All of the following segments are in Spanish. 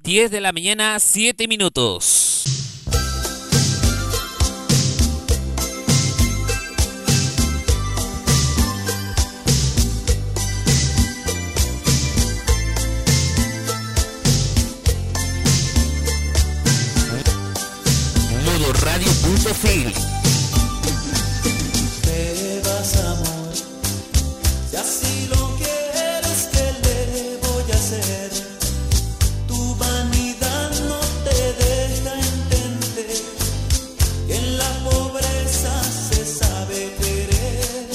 10 de la mañana, 7 minutos. Modoradio.cl. Te vas, amor, si así lo quieres, ¿qué le voy a hacer? Tu vanidad no te deja entender que en la pobreza se sabe querer.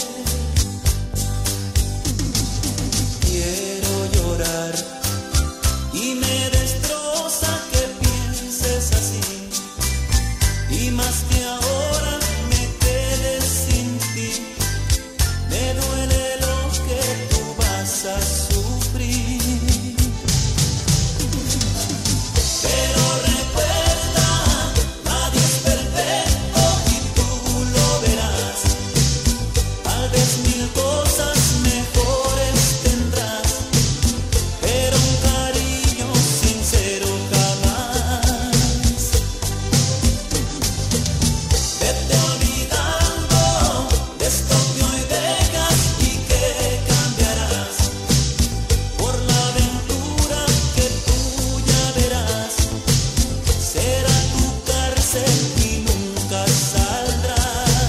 Quiero llorar y me destroza que pienses así. Y más que ahora me quedé sin ti, me duele lo que tú vas a sufrir. Pero recuerda, nadie es perfecto y tú lo verás. Tal vez 1000 cosas mejores tendrás, pero un cariño sincero jamás. Vete olvidando de esto que hoy dejas y que cambiarás por la aventura que tú ya verás. Será tu cárcel y nunca saldrás.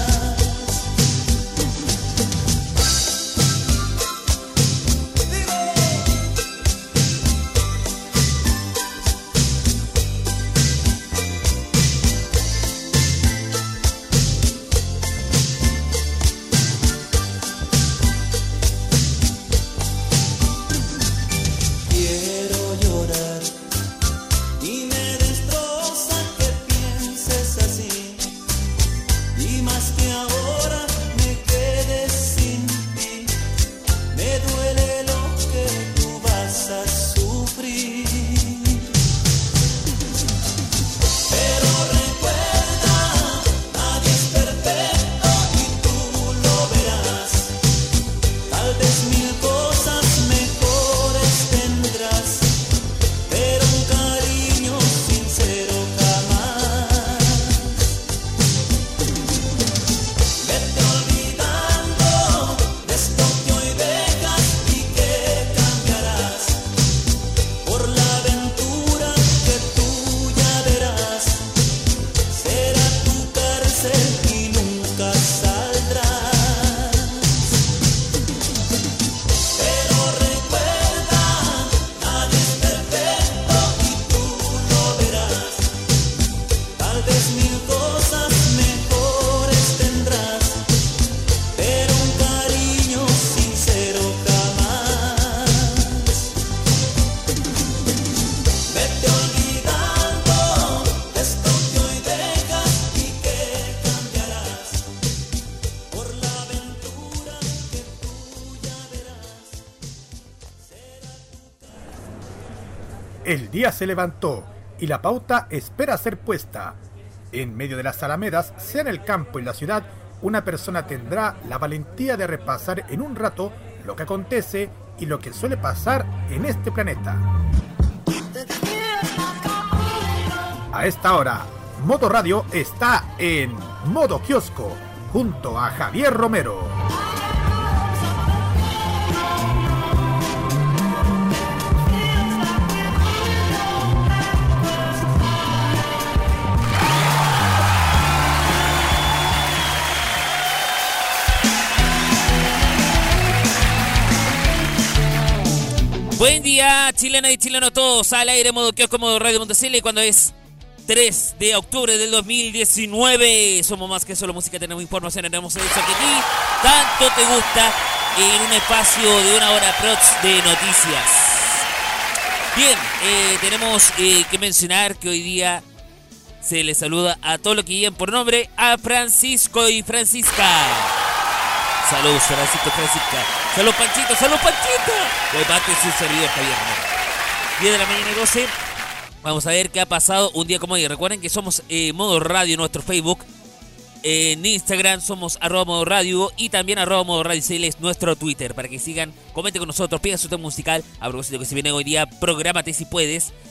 Quiero llorar y me destroza que pienses así. Y más que ahora me quedé sin ti, me duele lo que tú vas a sufrir. Pero recuerda, nadie es perfecto y tú lo verás. Tal vez 1000 cosas mejores tendrás, pero un cariño sincero jamás. Vete olvidando de esto que hoy dejas y que cambiarás por la aventura que tú ya verás. Será tu cárcel y nunca saldrás. Pero recuerda, nadie es perfecto y tú lo verás. Tal vez 1000 cosas mejores tendrás, pero un cariño sincero jamás. Vete olvidando de esto que hoy dejas y que cambiarás por la aventura que tú ya verás. El día se levantó y la pauta espera ser puesta. En medio de las alamedas, sea en el campo o en la ciudad, una persona tendrá la valentía de repasar en un rato lo que acontece y lo que suele pasar en este planeta. A esta hora, Modo Radio está en Modo Kiosco, junto a Javier Romero. Buen día, chilenas y chilenos todos, al aire Modo Kiosco, Modo Radio.cl, cuando es 3 de octubre del 2019. Somos más que solo música, tenemos información, tenemos eso que a ti tanto te gusta en un espacio de 1 hora prox de noticias. Bien, tenemos que mencionar que hoy día se les saluda a todos los que llegan por nombre a Francisco y Francisca. Saludos, Francisco y Francisca. Salud, Panchito, salud, Panchito. De parte de su servidor Javier Romero. 10 de la mañana y 12. Vamos a ver qué ha pasado un día como hoy. Recuerden que somos Modo Radio en nuestro Facebook. En Instagram somos @Modo Radio y también @Modo Radio CL es nuestro Twitter. Para que sigan, comenten con nosotros, pidan su tema musical. A propósito que se viene hoy día, prográmate si puedes.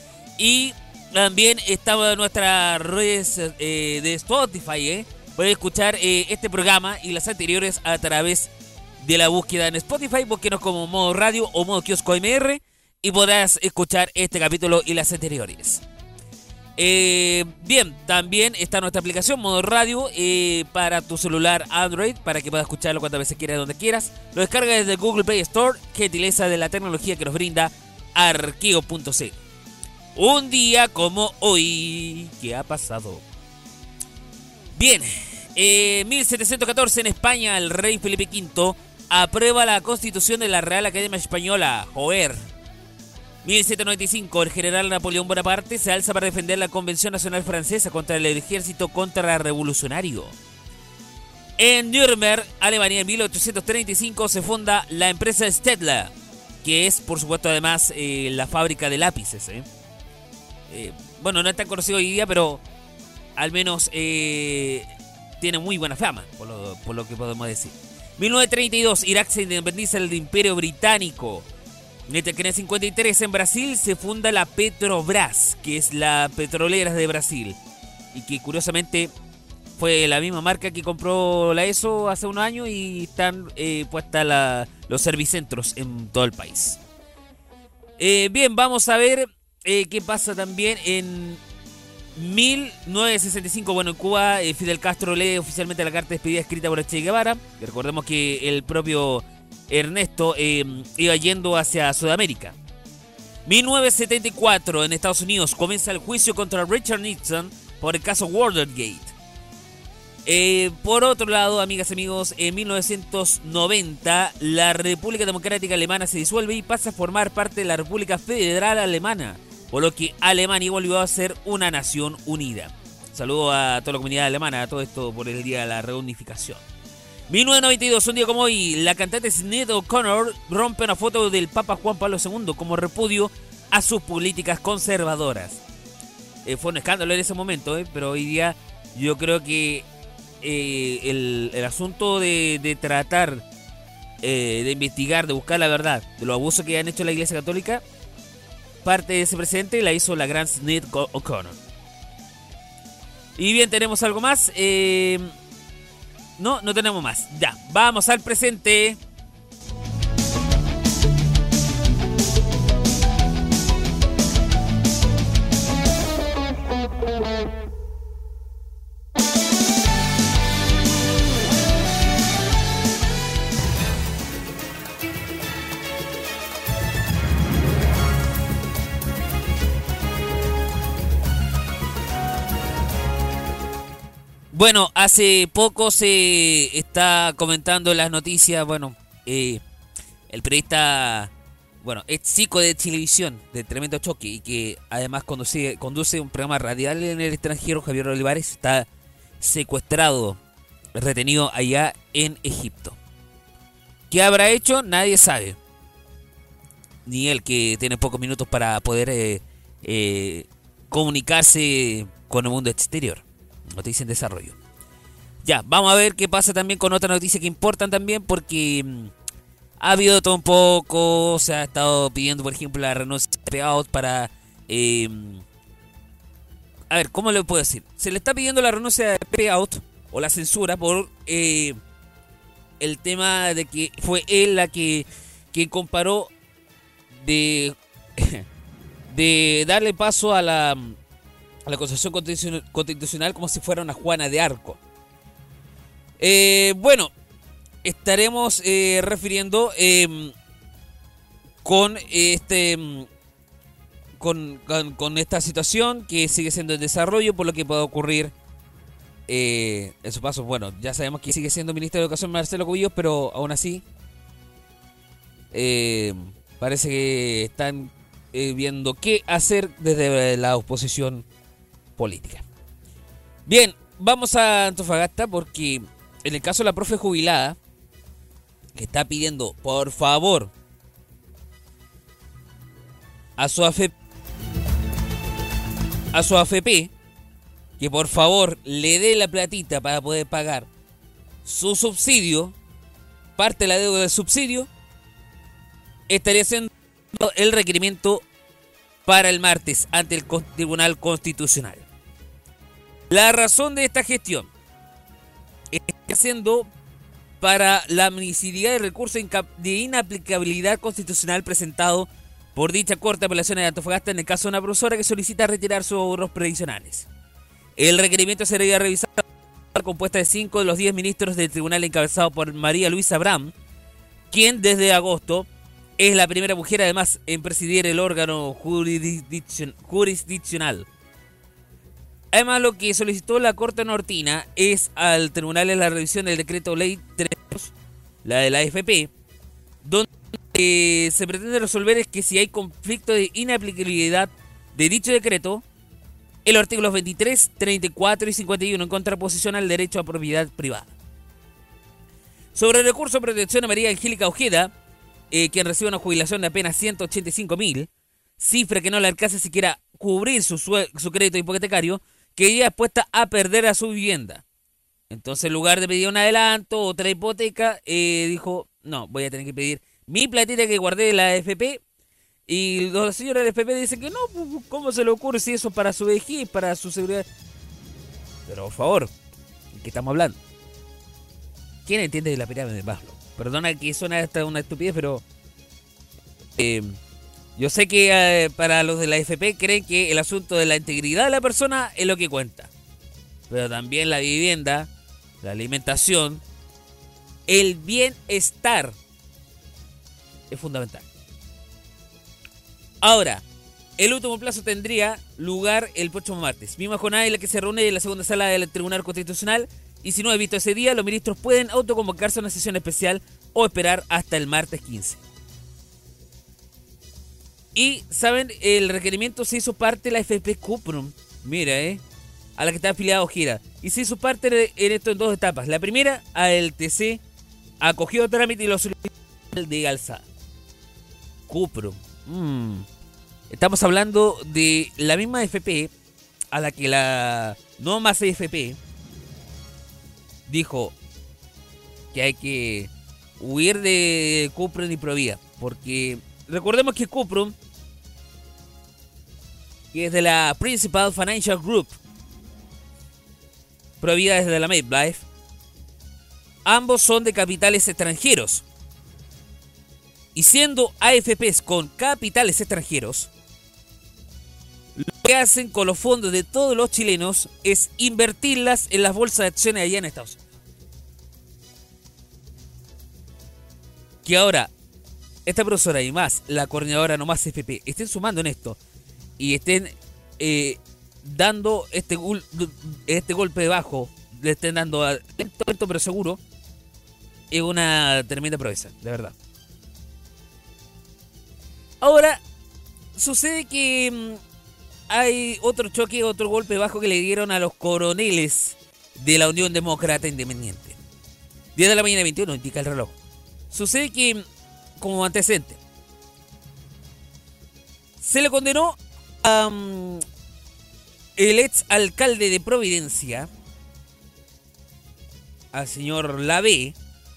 Y también estamos en nuestras redes de Spotify. Puedes escuchar este programa y las anteriores a través de la búsqueda en Spotify. Búsquenos como Modo Radio o Modo Kiosco MR y podrás escuchar este capítulo y las anteriores. Bien, también está nuestra aplicación Modo Radio para tu celular Android, para que puedas escucharlo cuantas veces quieras, donde quieras. Lo descargas desde Google Play Store, gentileza de la tecnología que nos brinda Arqueo.cl. Un día como hoy, ¿qué ha pasado? Bien, 1714 en España, el rey Felipe V aprueba la Constitución de la Real Academia Española. Joder. 1795, el general Napoleón Bonaparte se alza para defender la Convención Nacional Francesa contra el ejército contrarrevolucionario. En Nuremberg, Alemania, en 1835 se funda la empresa Stedler, que es, por supuesto, además la fábrica de lápices. Bueno, no es tan conocido hoy día, pero al menos tiene muy buena fama, por lo que podemos decir. 1932, Irak se independiza del Imperio Británico. Mientras que en el 53 en Brasil se funda la Petrobras, que es la petrolera de Brasil. Y que curiosamente fue la misma marca que compró la ESO hace unos años y están puestas los servicentros en todo el país. Bien, vamos a ver qué pasa también en 1965. Bueno, en Cuba Fidel Castro lee oficialmente la carta de despedida escrita por Che Guevara. Y recordemos que el propio Ernesto iba yendo hacia Sudamérica. 1974 en Estados Unidos comienza el juicio contra Richard Nixon por el caso Watergate. Por otro lado, amigas y amigos, en 1990 la República Democrática Alemana se disuelve y pasa a formar parte de la República Federal Alemana, por lo que Alemania volvió a ser una nación unida. Saludo a toda la comunidad alemana, a todo esto por el día de la reunificación. 1992, un día como hoy, la cantante Sinéad O'Connor rompe una foto del Papa Juan Pablo II como repudio a sus políticas conservadoras. Fue un escándalo en ese momento, pero hoy día yo creo que el asunto de tratar de investigar, de buscar la verdad de los abusos que han hecho la Iglesia Católica, parte de ese presente la hizo la gran Sinéad O'Connor. Y bien, ¿tenemos algo más? No tenemos más. Ya, vamos al presente. Bueno, hace poco se está comentando en las noticias, el periodista, ex psico de televisión, de Tremendo Choque, y que además conduce un programa radial en el extranjero, Javier Olivares, está secuestrado, retenido allá en Egipto. ¿Qué habrá hecho? Nadie sabe. Ni él, que tiene pocos minutos para poder comunicarse con el mundo exterior. Noticia en desarrollo. Ya, vamos a ver qué pasa también con otras noticias que importan también, porque ha habido todo un poco. Se ha estado pidiendo, por ejemplo, la renuncia de Payout para... a ver, ¿cómo le puedo decir? Se le está pidiendo la renuncia de Payout o la censura por el tema de que fue él la que comparó de darle paso a la Constitución Constitucional como si fuera una Juana de Arco. Estaremos refiriendo con esta situación que sigue siendo en desarrollo, por lo que puede ocurrir en su paso. Bueno, ya sabemos que sigue siendo ministro de Educación Marcelo Cubillos, pero aún así parece que están viendo qué hacer desde la oposición política. Bien, vamos a Antofagasta, porque en el caso de la profe jubilada, que está pidiendo por favor a su AFP que por favor le dé la platita para poder pagar su subsidio, parte de la deuda del subsidio, estaría haciendo el requerimiento para el martes ante el Tribunal Constitucional. La razón de esta gestión está siendo para la admisibilidad del recurso de inaplicabilidad constitucional presentado por dicha Corte de Apelaciones de Antofagasta en el caso de una profesora que solicita retirar sus ahorros previsionales. El requerimiento sería revisado por la compuesta de 5 de los 10 ministros del tribunal encabezado por María Luisa Abraham, quien desde agosto es la primera mujer además en presidir el órgano jurisdiccional. Además, lo que solicitó la Corte Nortina es al tribunal la revisión del decreto ley 3, la de la AFP, donde se pretende resolver es que si hay conflicto de inaplicabilidad de dicho decreto, el artículos 23, 34 y 51 en contraposición al derecho a propiedad privada. Sobre el recurso de protección a María Angélica Ojeda, quien recibe una jubilación de apenas 185.000, cifra que no le alcanza siquiera cubrir su crédito hipotecario, que ella es puesta a perder a su vivienda. Entonces, en lugar de pedir un adelanto o otra hipoteca, dijo, no, voy a tener que pedir mi platita que guardé de la AFP. Y los señores de la AFP dicen que no, ¿cómo se le ocurre si eso es para su vejez, para su seguridad? Pero, por favor, ¿de qué estamos hablando? ¿Quién entiende de la pirámide de Maslow? Perdona que suena hasta una estupidez, pero yo sé que para los de la AFP creen que el asunto de la integridad de la persona es lo que cuenta. Pero también la vivienda, la alimentación, el bienestar es fundamental. Ahora, el último plazo tendría lugar el próximo martes, misma jornada en la que se reúne en la segunda sala del Tribunal Constitucional, y si no es visto ese día, los ministros pueden autoconvocarse a una sesión especial o esperar hasta el martes 15. Y, ¿saben? El requerimiento se hizo parte de la FP Cuprum, mira, a la que está afiliada Ojeda, y se hizo parte en esto en dos etapas. La primera, al TC acogió el trámite y lo solicitó de alzada. Cuprum. Estamos hablando de la misma FP a la que la no más FP dijo que hay que huir de Cuprum y Provida, porque recordemos que Cuprum, que es de la Principal Financial Group, Provida es de la MetLife, ambos son de capitales extranjeros. Y siendo AFPs con capitales extranjeros, lo que hacen con los fondos de todos los chilenos es invertirlas en las bolsas de acciones allá en Estados Unidos. Que ahora, esta profesora y más la coordinadora No Más FP estén sumando en esto y estén dando este golpe de bajo, le estén dando lento pero seguro, es una tremenda proeza, de verdad. Ahora, sucede que hay otro choque, otro golpe bajo que le dieron a los coroneles de la Unión Demócrata Independiente. 10 de la mañana 21, indica el reloj. Sucede que, como antecedente, se le condenó a el ex alcalde de Providencia, al señor Lavé,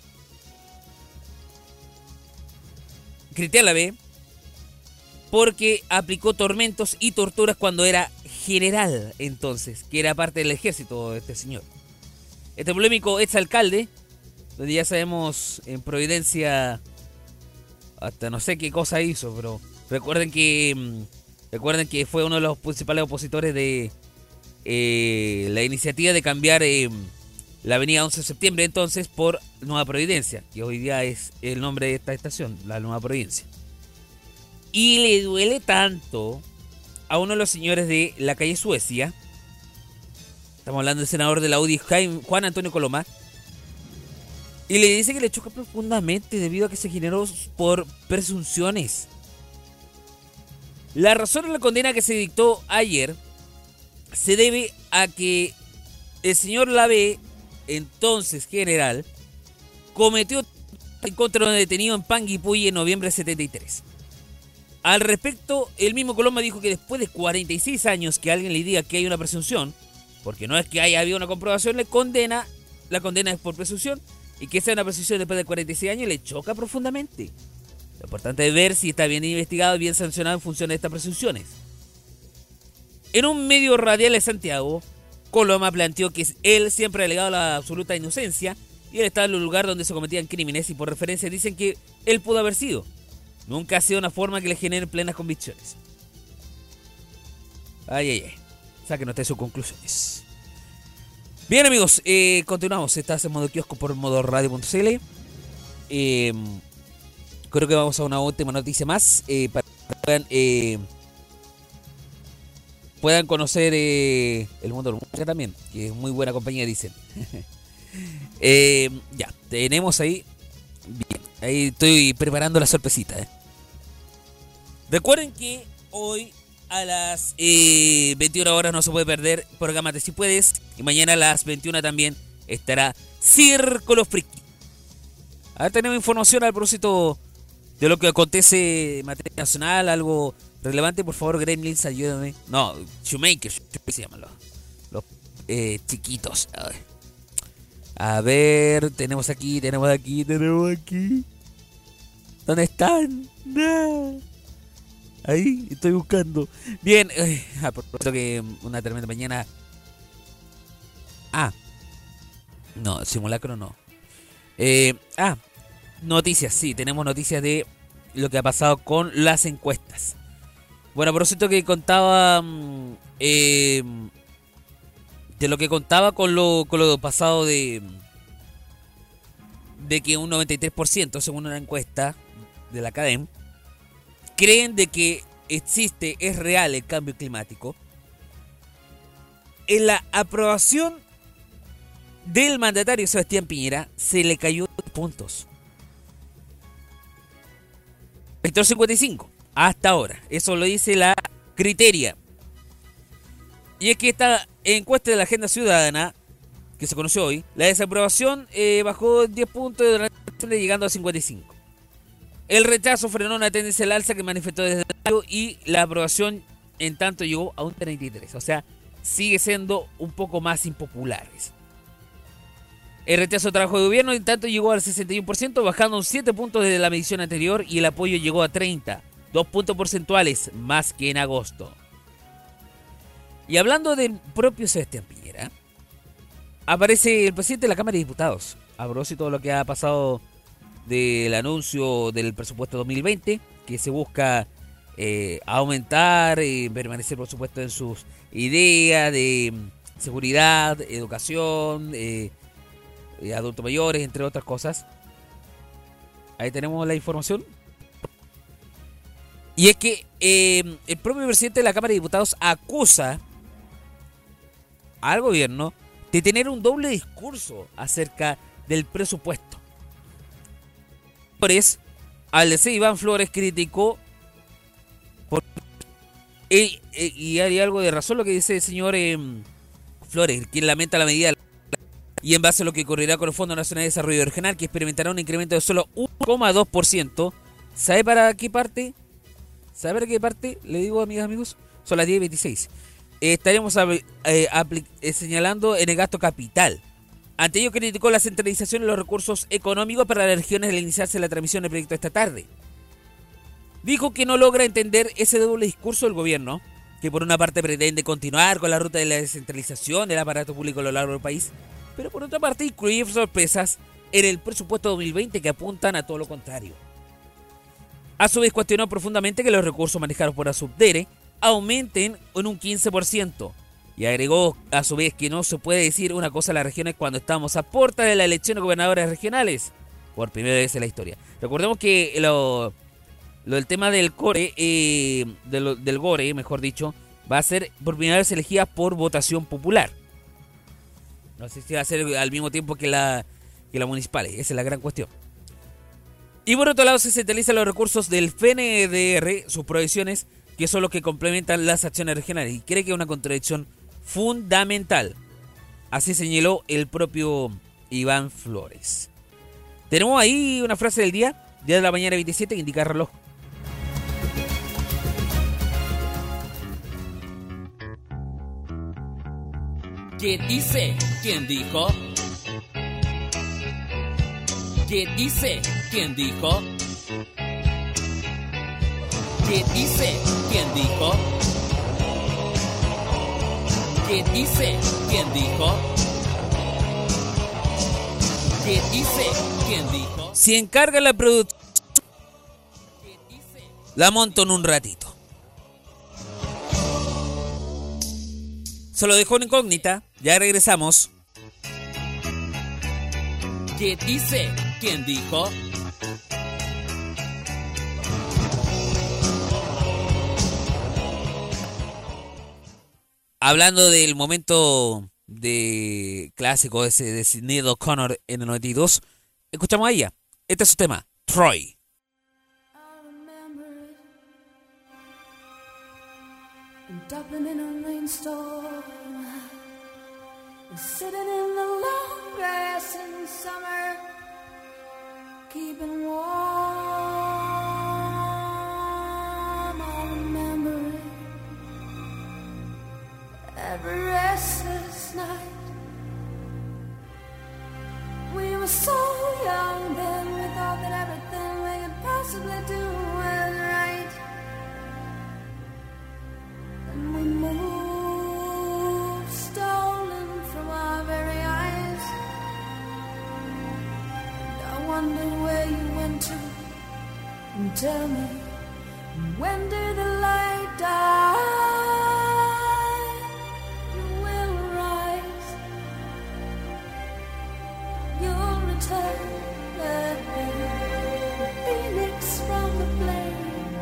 Cristian Lavé, porque aplicó tormentos y torturas cuando era general entonces, que era parte del ejército de este señor. Este polémico exalcalde, donde ya sabemos en Providencia hasta no sé qué cosa hizo, pero recuerden que fue uno de los principales opositores de la iniciativa de cambiar la avenida 11 de septiembre entonces por Nueva Providencia, que hoy día es el nombre de esta estación, la Nueva Providencia. Y le duele tanto a uno de los señores de la calle Suecia, estamos hablando del senador de la UDI, Juan Antonio Colomá, y le dice que le choca profundamente debido a que se generó por presunciones. La razón de la condena que se dictó ayer se debe a que el señor Lavé, entonces general, cometió en contra de un detenido en Panguipulli en noviembre de 73. Al respecto, el mismo Coloma dijo que después de 46 años que alguien le diga que hay una presunción, porque no es que haya habido una comprobación, la condena es por presunción, y que sea una presunción después de 46 años le choca profundamente. Lo importante es ver si está bien investigado y bien sancionado en función de estas presunciones. En un medio radial de Santiago, Coloma planteó que él siempre ha alegado la absoluta inocencia y él estaba en el lugar donde se cometían crímenes y por referencia dicen que él pudo haber sido. Nunca ha sido una forma que le genere plenas convicciones. Ay. Sáquenos de sus conclusiones. Bien, amigos, continuamos. Estás en modo kiosco por modoradio.cl. Creo que vamos a una última noticia más para que puedan conocer el mundo de la música también, que es muy buena compañía, dicen. Ya, tenemos ahí. Bien, ahí estoy preparando la sorpresita. Recuerden que hoy a las 21 horas no se puede perder programa de Si Puedes. Y mañana a las 21 también estará Círculo Friki. Ahora tenemos información al propósito de lo que acontece en materia nacional, algo relevante. Por favor, Gremlins, ayúdame. No, Shoemakers, ¿qué se llaman los chiquitos? A ver, tenemos aquí. ¿Dónde están? No. Ahí, estoy buscando. Bien, por supuesto que una tremenda mañana. No, simulacro no. Noticias, sí, tenemos noticias de lo que ha pasado con las encuestas. Bueno, por cierto que contaba de lo que contaba con lo pasado de que un 93%, según una encuesta de la CADEM, creen de que es real el cambio climático. En la aprobación del mandatario Sebastián Piñera se le cayó 2 puntos. Sector 55, hasta ahora. Eso lo dice la Criteria. Y es que esta encuesta de la Agenda Ciudadana, que se conoció hoy, la desaprobación bajó 10 puntos de la llegando a 55. El rechazo frenó una tendencia al alza que manifestó desde el año y la aprobación en tanto llegó a un 33. O sea, sigue siendo un poco más impopular. El rechazo trabajo de gobierno en tanto llegó al 61%, bajando un 7 puntos desde la medición anterior y el apoyo llegó a 30, 2 puntos porcentuales más que en agosto. Y hablando del propio Sebastián Piñera, aparece el presidente de la Cámara de Diputados. A propósito de lo que ha pasado del anuncio del presupuesto 2020, que se busca aumentar, permanecer por supuesto en sus ideas de seguridad, educación, adultos mayores, entre otras cosas. Ahí tenemos la información. Y es que el propio presidente de la Cámara de Diputados acusa al gobierno de tener un doble discurso acerca del presupuesto. Al DC Iván Flores criticó y hay algo de razón lo que dice el señor Flores, quien lamenta la medida y en base a lo que ocurrirá con el Fondo Nacional de Desarrollo Regional, que experimentará un incremento de solo 1,2%. ¿Sabe para qué parte? Le digo, amigas, amigos, son las 10:26. Estaremos señalando en el gasto capital. Ante ello criticó la centralización de los recursos económicos para las regiones al iniciarse la transmisión del proyecto esta tarde. Dijo que no logra entender ese doble discurso del gobierno, que por una parte pretende continuar con la ruta de la descentralización del aparato público a lo largo del país, pero por otra parte incluye sorpresas en el presupuesto 2020 que apuntan a todo lo contrario. A su vez cuestionó profundamente que los recursos manejados por Asubdere aumenten en un 15%. Y agregó a su vez que no se puede decir una cosa a las regiones cuando estamos a puerta de la elección de gobernadores regionales. Por primera vez en la historia. Recordemos que lo del tema del CORE, del GORE, mejor dicho, va a ser por primera vez elegida por votación popular. No sé si va a ser al mismo tiempo que la municipal. Esa es la gran cuestión. Y por otro lado se centralizan los recursos del FNDR, sus provisiones, que son los que complementan las acciones regionales. Y cree que es una contradicción fundamental. Así señaló el propio Iván Flores. Tenemos ahí una frase del día, 10 de la mañana 27, que indica el reloj. ¿Qué dice? ¿Quién dijo? ¿Qué dice? ¿Quién dijo? ¿Qué dice? ¿Quién dijo? ¿Qué dice? ¿Quién dijo? ¿Qué dice? ¿Quién dijo? Si encarga la producción, la monto en un ratito. Se lo dejo en incógnita. Ya regresamos. ¿Qué dice? ¿Quién dijo? Hablando del momento de clásico ese de Sinéad O'Connor en el 92, escuchamos a ella. Este es su tema, Troy. Dublin in a rainstorm, sitting in the long grass in summer, keeping warm. I remember it, every restless night. We were so young then, we thought that everything we could possibly do was right. And we moved, stolen from our very eyes. And I wondered where you went to. And tell me, when did the light die? You will rise. You'll return. The phoenix from the flame.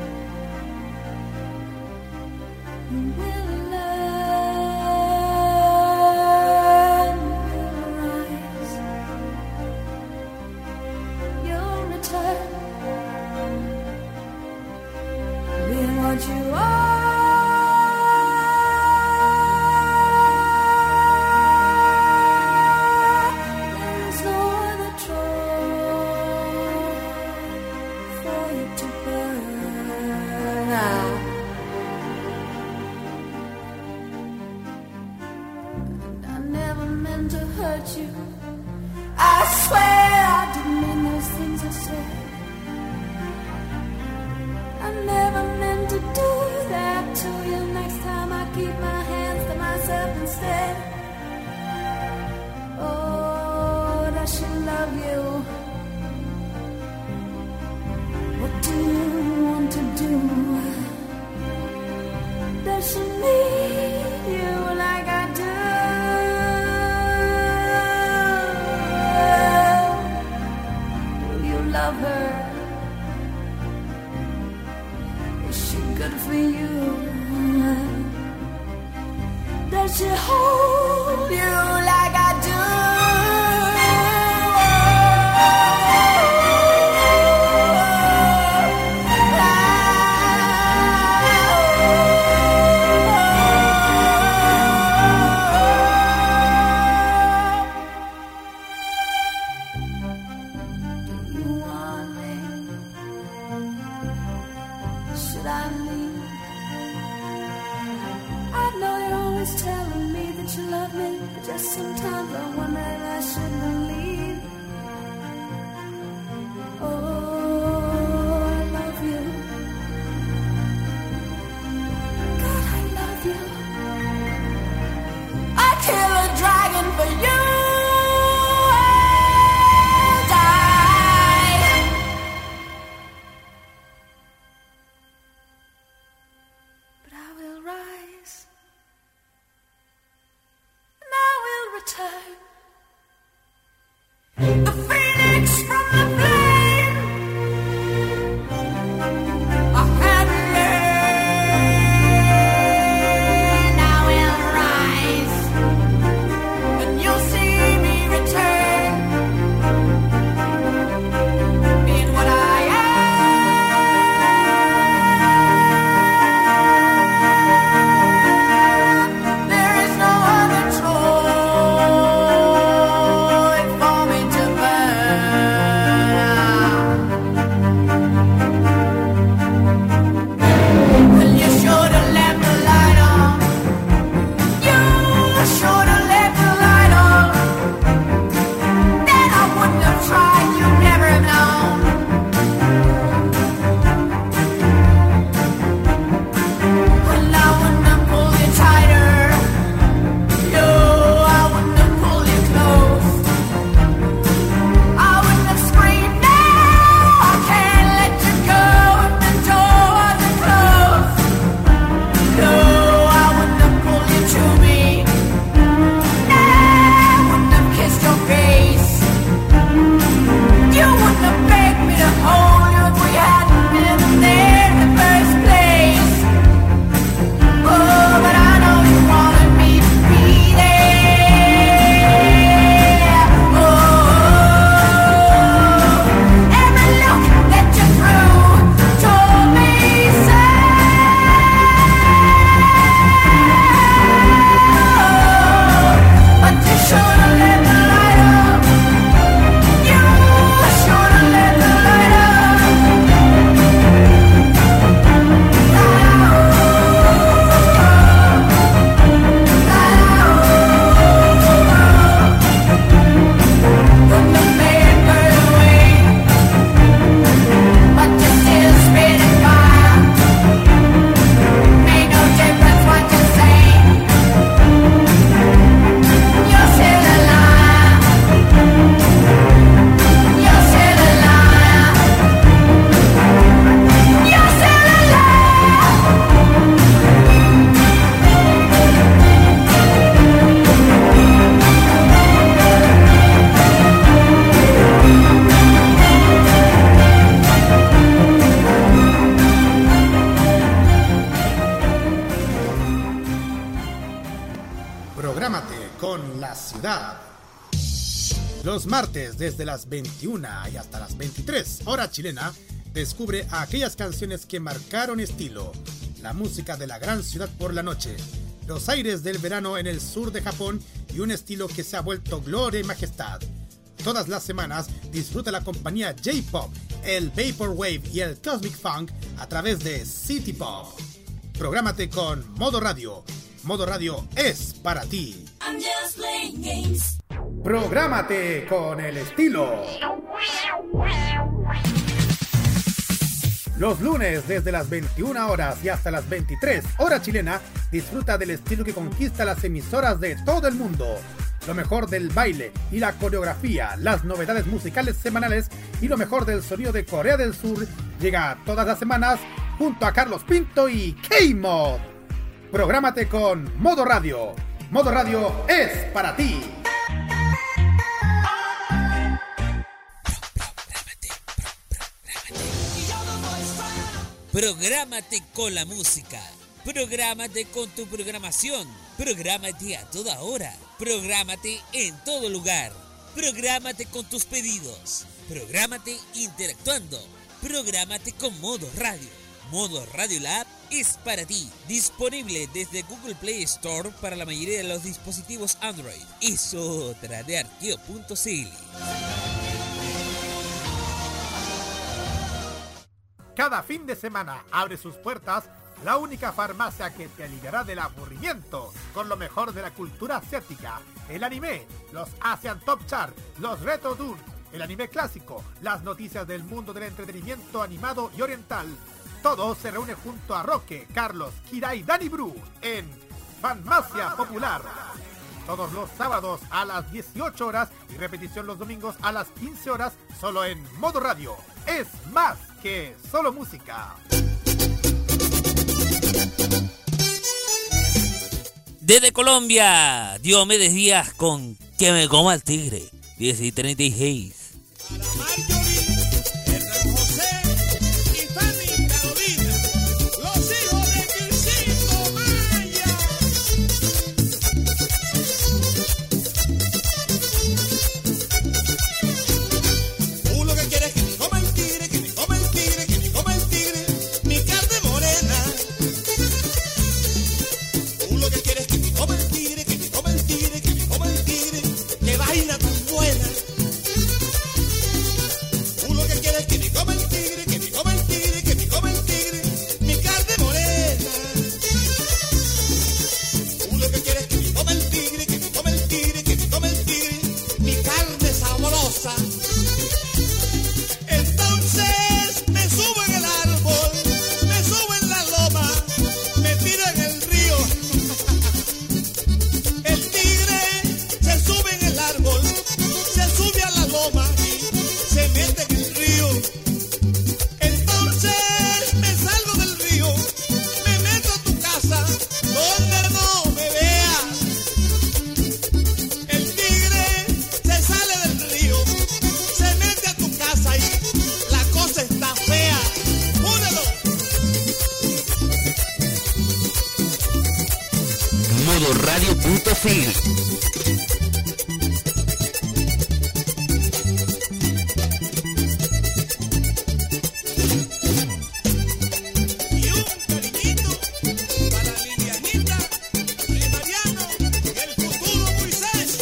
Will learn, will rise. You'll return, being what you are. There is no other Troy for you to burn out. To hurt you, I swear I didn't mean those things I said. I never meant to do that to you. Next time I keep my hands to myself instead. Oh, does she love you? What do you want to do? Does she need you like I do? Love her. Is she good for you? Does she hold you like I do? Sometimes I wonder if I should believe. Oh, I love you. God, I love you. I'd kill a dragon for you. And die. But I will rise. Return. The phoenix from the flame. I have learned I will rise, and you'll see me return, being what I am. There is no other choice for me to burn. Prográmate con la ciudad. Los martes desde las 21 y hasta las 23, hora chilena, descubre aquellas canciones que marcaron estilo, la música de la gran ciudad por la noche, los aires del verano en el sur de Japón y un estilo que se ha vuelto gloria y majestad. Todas las semanas disfruta la compañía J-Pop, el Vaporwave y el Cosmic Funk a través de City Pop. Prográmate con Modo Radio. Modo Radio es para ti. I'm just playing games. Prográmate con el estilo. Los lunes desde las 21 horas y hasta las 23 hora chilena, disfruta del estilo que conquista las emisoras de todo el mundo. Lo mejor del baile y la coreografía, las novedades musicales semanales y lo mejor del sonido de Corea del Sur llega todas las semanas junto a Carlos Pinto y K-Mod. Prográmate con Modo Radio. Modo Radio es para ti. Prográmate con la música. Prográmate con tu programación. Prográmate a toda hora. Prográmate en todo lugar. Prográmate con tus pedidos. Prográmate interactuando. Prográmate con Modo Radio. Modo Radio Lab es para ti. Disponible desde Google Play Store para la mayoría de los dispositivos Android. Es otra de arqueo.cl. Cada fin de semana abre sus puertas la única farmacia que te aliviará del aburrimiento con lo mejor de la cultura asiática, el anime, los Asian Top Chart, los Retro Tours, el anime clásico, las noticias del mundo del entretenimiento animado y oriental. Todo se reúne junto a Roque, Carlos, Kira y Dani Bru en Farmacia Popular. Todos los sábados a las 18 horas y repetición los domingos a las 15 horas solo en Modo Radio. Es más que solo música. Desde Colombia, Diomedes Díaz con Que me coma el tigre. 10:36. Para Marjorie, Hernán José y Fanny Carolina, los hijos de Quisito Maya. Tú lo que quieres es que me coma el tigre, que me coma el tigre, que me coma el tigre, mi carne morena. Tú lo que quieres es que me coma el tigre, que me coma el tigre, que me coma el tigre, qué vaina tan buena. Tú lo que quieres es que me coma el tigre, que me coma el tigre, que me coma el tigre, mi carne morena. Tú lo que quieres es que me coma el tigre, que me coma el tigre, que me coma el tigre, mi carne sabrosa. Entonces me subo en el árbol, me subo en la loma, me tiro en el río. El tigre se sube en el árbol, se sube a la loma y se mete en el río. Entonces me salgo del río, me meto a tu casa donde no me veas. El tigre se sale del río, se mete a tu casa y la cosa está fea. ¡Únelo! Modoradio.cl. Y un cariñito para Lilianita, y Mariano y el futuro Moisés.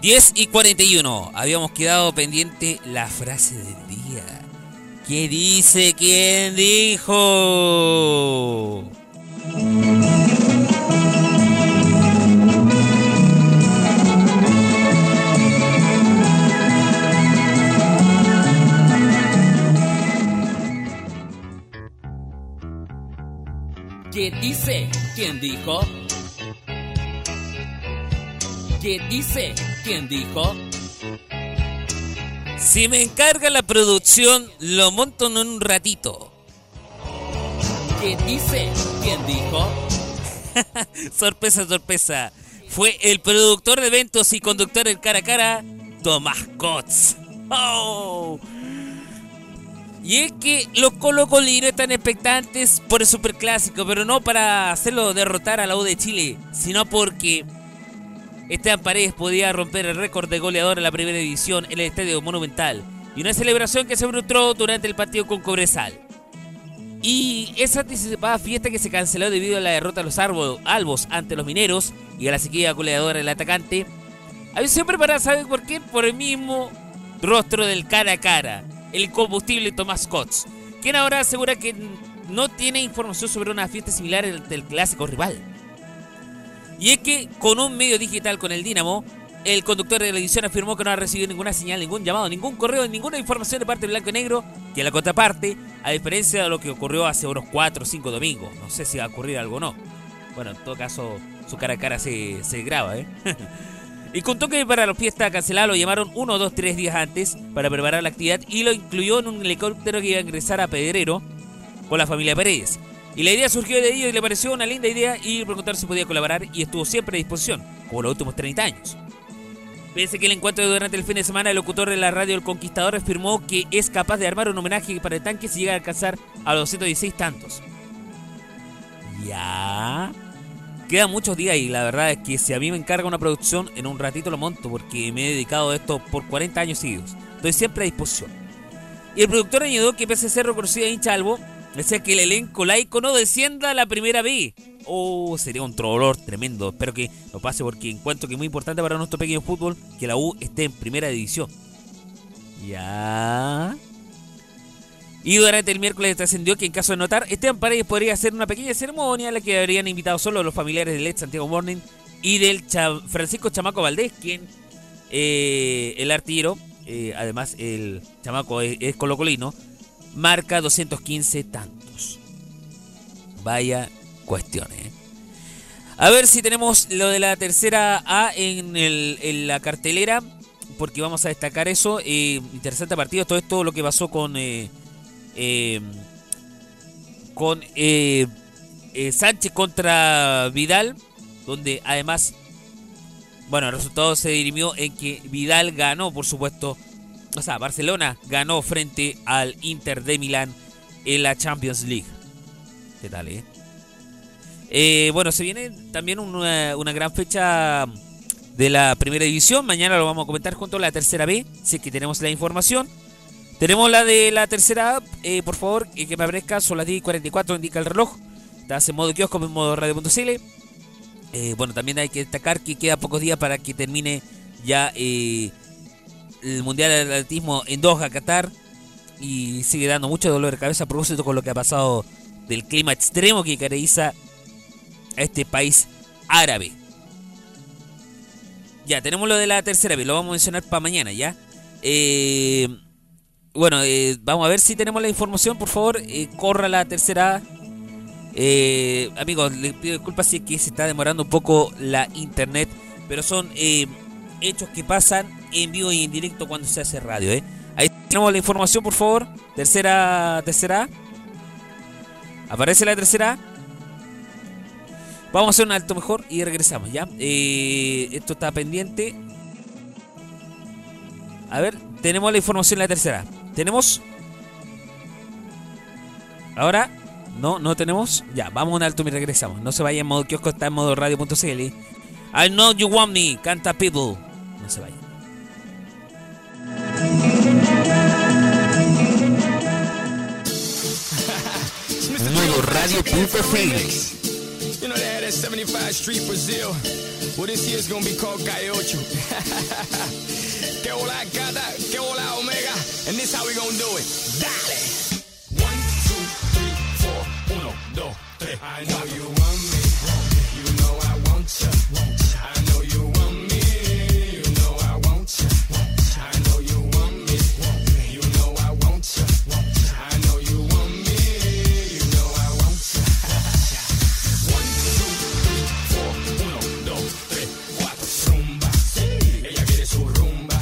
10:41. Habíamos quedado pendiente la frase del día. ¿Qué dice? ¿Quién dijo? ¿Qué dice? ¿Quién dijo? ¿Qué dice? ¿Quién dijo? Si me encarga la producción, lo monto en un ratito. ¿Qué dice? ¿Quién dijo? Sorpresa, sorpresa. Fue el productor de eventos y conductor del Cara a Cara, Tomás Kotz. ¡Oh! Y es que los colocolinos están expectantes por el Superclásico, pero no para hacerlo derrotar a la U de Chile, sino porque Esteban Paredes podía romper el récord de goleador en la primera división en el Estadio Monumental, y una celebración que se frustró durante el partido con Cobresal. Y esa anticipada fiesta que se canceló debido a la derrota de los albos ante los mineros y a la sequía goleadora del atacante, había sido preparada, ¿sabe por qué? Por el mismo rostro del Cara a Cara, el combustible Tomás Kotz, quien ahora asegura que no tiene información sobre una fiesta similar del clásico rival. Y es que con un medio digital con el Dínamo, el conductor de la edición afirmó que no ha recibido ninguna señal, ningún llamado, ningún correo, ninguna información de parte de Blanco y Negro, que la contraparte, a diferencia de lo que ocurrió hace unos 4 o 5 domingos. No sé si va a ocurrir algo o no. Bueno, en todo caso, su Cara a Cara se graba, Y contó que para la fiesta cancelada lo llamaron 1, 2, 3 días antes para preparar la actividad y lo incluyó en un helicóptero que iba a ingresar a Pedrero con la familia Paredes. Y la idea surgió de ello y le pareció una linda idea y preguntar si podía colaborar, y estuvo siempre a disposición, como los últimos 30 años. Pese que el encuentro durante el fin de semana, el locutor de la radio El Conquistador afirmó que es capaz de armar un homenaje para el tanque si llega a alcanzar a los 116 tantos. Ya... Quedan muchos días y la verdad es que si a mí me encarga una producción, en un ratito lo monto porque me he dedicado a esto por 40 años seguidos. Estoy siempre a disposición. Y el productor añadió que pese a ser reconocido hincha albo, decía que el elenco laico no descienda a la primera B. Oh, sería un dolor tremendo. Espero que no pase porque encuentro que es muy importante para nuestro pequeño fútbol que la U esté en primera división. Ya... Y durante el miércoles trascendió que en caso de notar, Esteban Paredes podría hacer una pequeña ceremonia a la que habrían invitado solo los familiares del ex Santiago Morning y del Francisco Chamaco Valdés, quien el artillero, además el chamaco es colocolino, marca 215 tantos. Vaya cuestiones. A ver si tenemos lo de la tercera A en la cartelera, porque vamos a destacar eso. Interesante partido, todo esto lo que pasó con Sánchez contra Vidal, donde además, bueno, el resultado se dirimió en que Vidal ganó, por supuesto, o sea, Barcelona ganó frente al Inter de Milán en la Champions League. ¿Qué tal, bueno, se viene también una gran fecha de la primera división. Mañana lo vamos a comentar junto a la tercera B, si es que tenemos la información. Tenemos la de la tercera A, por favor, que me aparezca, son las 10:44, indica el reloj. Estás en modo kiosco, en modo radio.cl. Bueno, también hay que destacar que queda pocos días para que termine ya el Mundial de Atletismo en Doha, Qatar. Y sigue dando mucho dolor de cabeza a propósito con lo que ha pasado del clima extremo que caracteriza a este país árabe. Ya, tenemos lo de la tercera B, lo vamos a mencionar para mañana, ¿ya? Bueno, vamos a ver si tenemos la información, por favor. Corra la tercera A. Amigos, les pido disculpas si es que se está demorando un poco la internet, pero son hechos que pasan en vivo y en directo cuando se hace radio. Ahí tenemos la información, por favor. Tercera A. Aparece la tercera A. Vamos a hacer un alto mejor y regresamos, ¿ya? Esto está pendiente. A ver, tenemos la información en la tercera A. ¿Tenemos? ¿Ahora? No tenemos. Ya, vamos a un alto y regresamos. No se vayan en modo kiosco, está en modo radio.cl. I know you want me, canta People. No se vayan. Modo radio.cl. You know they had that 75 Street Brazil. Well, this year's gonna be called Gaiocho. This how we gonna do it. Dale. 1, 2, 3, 4. 1, 2, 3. I know you want me. You know I want you. I know you want me. You know I want you. I know you want me. You know I want you. I know you want me. You know I want you. 1, 2, 3, 4. 1, 2, 3, 4. Rumba. Sí. Ella quiere su rumba.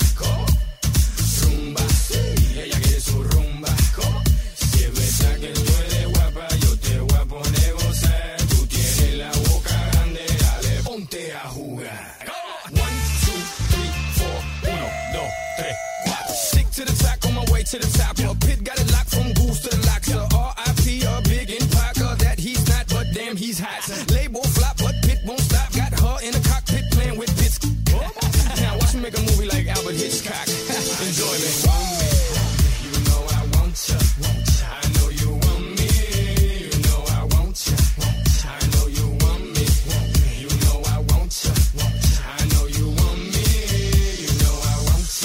Rumba. Sí. Ella quiere su rumba. Si es verdad que tú eres guapa, yo te voy a poner gozar. Tú tienes la boca grande, dale, ponte a jugar. 1, 2, 3, 4. 1, 2, 3, 4. Stick to the track on my way to the top. Your pit got it locked from goose to the lock. So R.I.P. a big in Parker that he's not, but damn he's hot. Label flop, but Pit won't stop. Got her in the cockpit playing with bits. Now watch me make a movie like Albert Hitchcock. Enjoy me. You know I want you. I know you want me. You know I want you. I know you want me. You know I want you. I know you want me. You know I want you.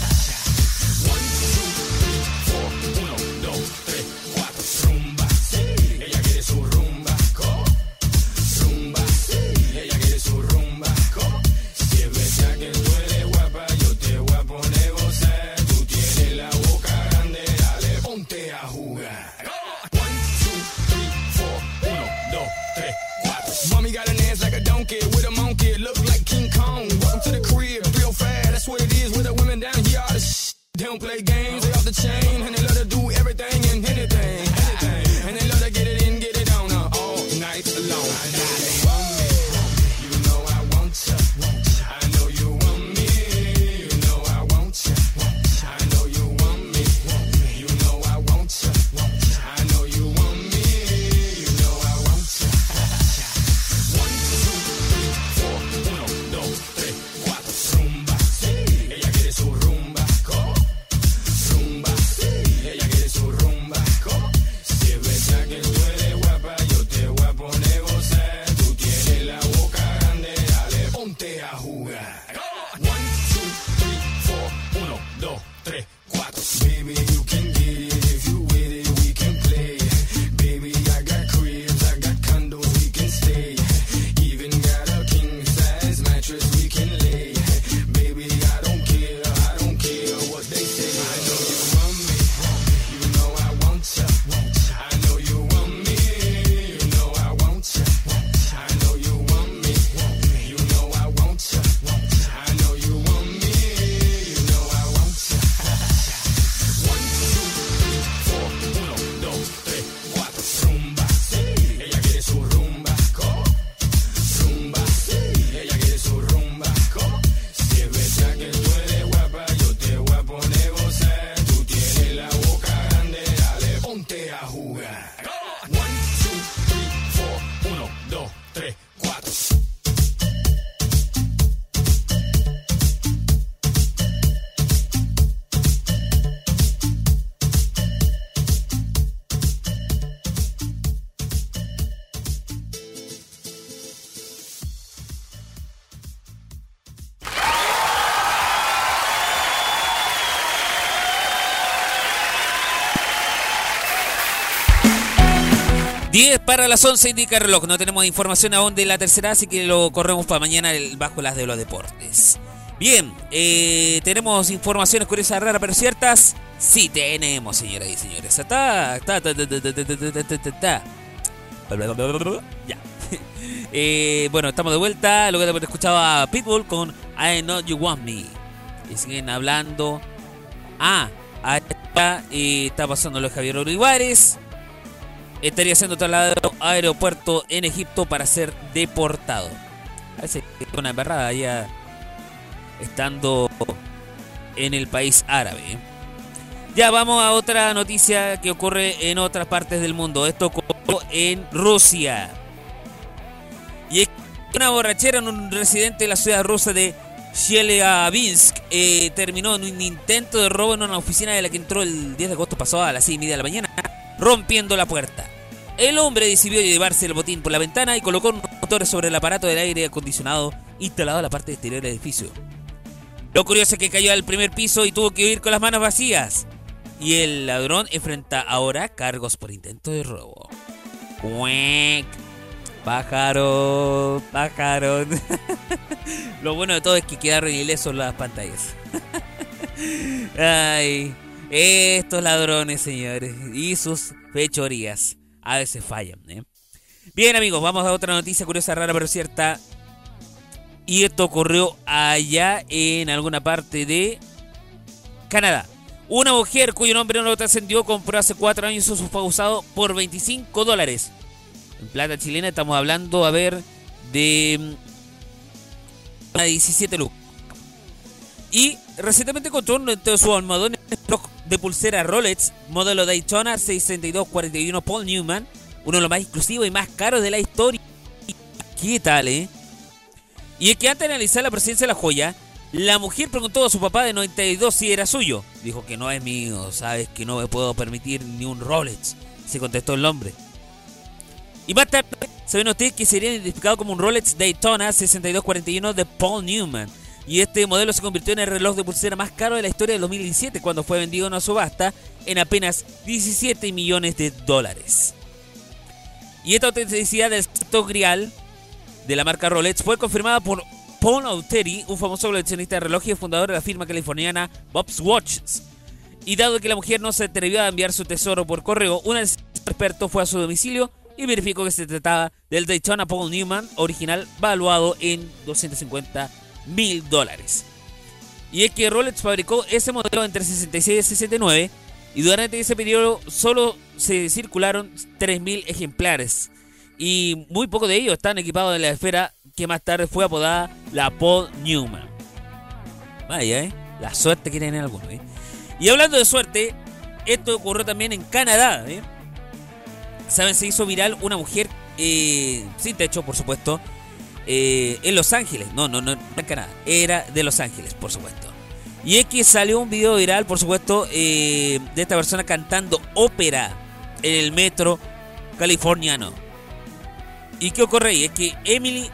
1, 2, 3, 4. 1, 2, 3, 4. Rumba. Sí. Ella quiere su rumba. Rumba. Sí. Ella quiere su rumba. Si es verdad que tú eres guapa, yo te voy a poner gozar. Tú tienes la boca grande, dale, ponte a jugar. 1, 2, 3, 4. 1, 2, 3, 4. Mommy got an ass like a donkey with a monkey. Look like King Kong. Welcome to the crib, 305. That's what it is with the women down here. All the they don't play games, they off the chain. And they love to do everything and anything. And they love to get it in, get it on all night long. You know I want you. I know you want me. You know I want you. I know you want me. You know I want you. I know you want me. You know I want you. 1, 2, 3, 4. 1, 2, 3, 4. Rumba. Sí. Ella quiere su rumba. Rumba. Sí. Ella quiere su rumba. Si es verdad que tú eres guapa, yo te voy a poner gozar. Tú tienes la boca grande, dale, ponte a jugar. 1, 2, 3, 4. 1, 2, 3, 4. Baby, you can get it if you with it, we can play. Baby, I got cribs, I got condos, we can stay. Even got a king size mattress we can lay. Baby, I don't care what they say. I know you want me, you know I want you. I know you want me, you know I want you. I know you want me, you know I want you. I know you want me, you know I want you. 1, 2, 3, 4. 1, 2, 3, 4. Rumba. Sí. Ella quiere su rumba. Rumba. Sí. Ella quiere su rumba. Si es verdad que tú eres guapa, yo te voy a poner gozar. Tú tienes la boca grande, dale, ponte a jugar. 1, 2, 3, 4. 1, 2, 3, 4. Diez para las 11 indica el reloj. No tenemos información aún de la tercera, así que lo corremos para mañana bajo las de los deportes. Bien, tenemos informaciones curiosas, raras, pero ciertas. Sí, tenemos, señoras y señores. Ya. Bueno, estamos de vuelta. Luego de haber escuchado a Pitbull con I Know You Want Me. Y siguen hablando. Está pasando lo de Javier Olivares. Estaría siendo trasladado a aeropuerto en Egipto para ser deportado. Parece que es una embarrada ya estando en el país árabe. Ya vamos a otra noticia que ocurre en otras partes del mundo. Esto ocurrió en Rusia. Y es que una borrachera en un residente de la ciudad rusa de Chelyabinsk terminó en un intento de robo en una oficina de la que entró el 10 de agosto pasado a las 6:30 de la mañana, rompiendo la puerta. El hombre decidió llevarse el botín por la ventana y colocó unos motores sobre el aparato del aire acondicionado instalado en la parte exterior del edificio. Lo curioso es que cayó al primer piso y tuvo que huir con las manos vacías. Y el ladrón enfrenta ahora cargos por intento de robo. ¡Cuec! Pájaro. Lo bueno de todo es que quedaron ilesos las pantallas. Ay, estos ladrones, señores, y sus fechorías a veces fallan, ¿eh? Bien, amigos, vamos a otra noticia curiosa, rara pero cierta. Y esto ocurrió allá en alguna parte de Canadá. Una mujer cuyo nombre no trascendió compró hace 4 años un sofá usado por $25. En plata chilena estamos hablando, a ver, de 17 lucas. Y recientemente encontró dentro de su almohadón de pulsera Rolex, modelo Daytona 6241 Paul Newman, uno de los más exclusivos y más caros de la historia. ¿Qué tal, eh? Y es que antes de analizar la presencia de la joya, la mujer preguntó a su papá de 92 si era suyo. Dijo que no es mío, sabes que no me puedo permitir ni un Rolex, se contestó el hombre. Y más tarde, saben ustedes que sería identificado como un Rolex Daytona 6241 de Paul Newman. Y este modelo se convirtió en el reloj de pulsera más caro de la historia del 2017, cuando fue vendido en una subasta en apenas $17 millones. Y esta autenticidad del santo grial de la marca Rolex fue confirmada por Paul Auteri, un famoso coleccionista de relojes y fundador de la firma californiana Bob's Watches. Y dado que la mujer no se atrevió a enviar su tesoro por correo, un experto fue a su domicilio y verificó que se trataba del Daytona Paul Newman original, valuado en $250,000. Y es que Rolex fabricó ese modelo entre 66 y 69 y durante ese periodo solo se circularon 3.000 ejemplares. Y muy pocos de ellos están equipados en la esfera que más tarde fue apodada la Paul Newman. Vaya, la suerte que tienen algunos, Y hablando de suerte, esto ocurrió también en Canadá, ¿Saben? Se hizo viral una mujer sin techo, por supuesto, en Los Ángeles. No en Canadá. Era de Los Ángeles, por supuesto. Y es que salió un video viral, por supuesto, de esta persona cantando ópera en el metro californiano. ¿Y qué ocurre ahí? Es que Emily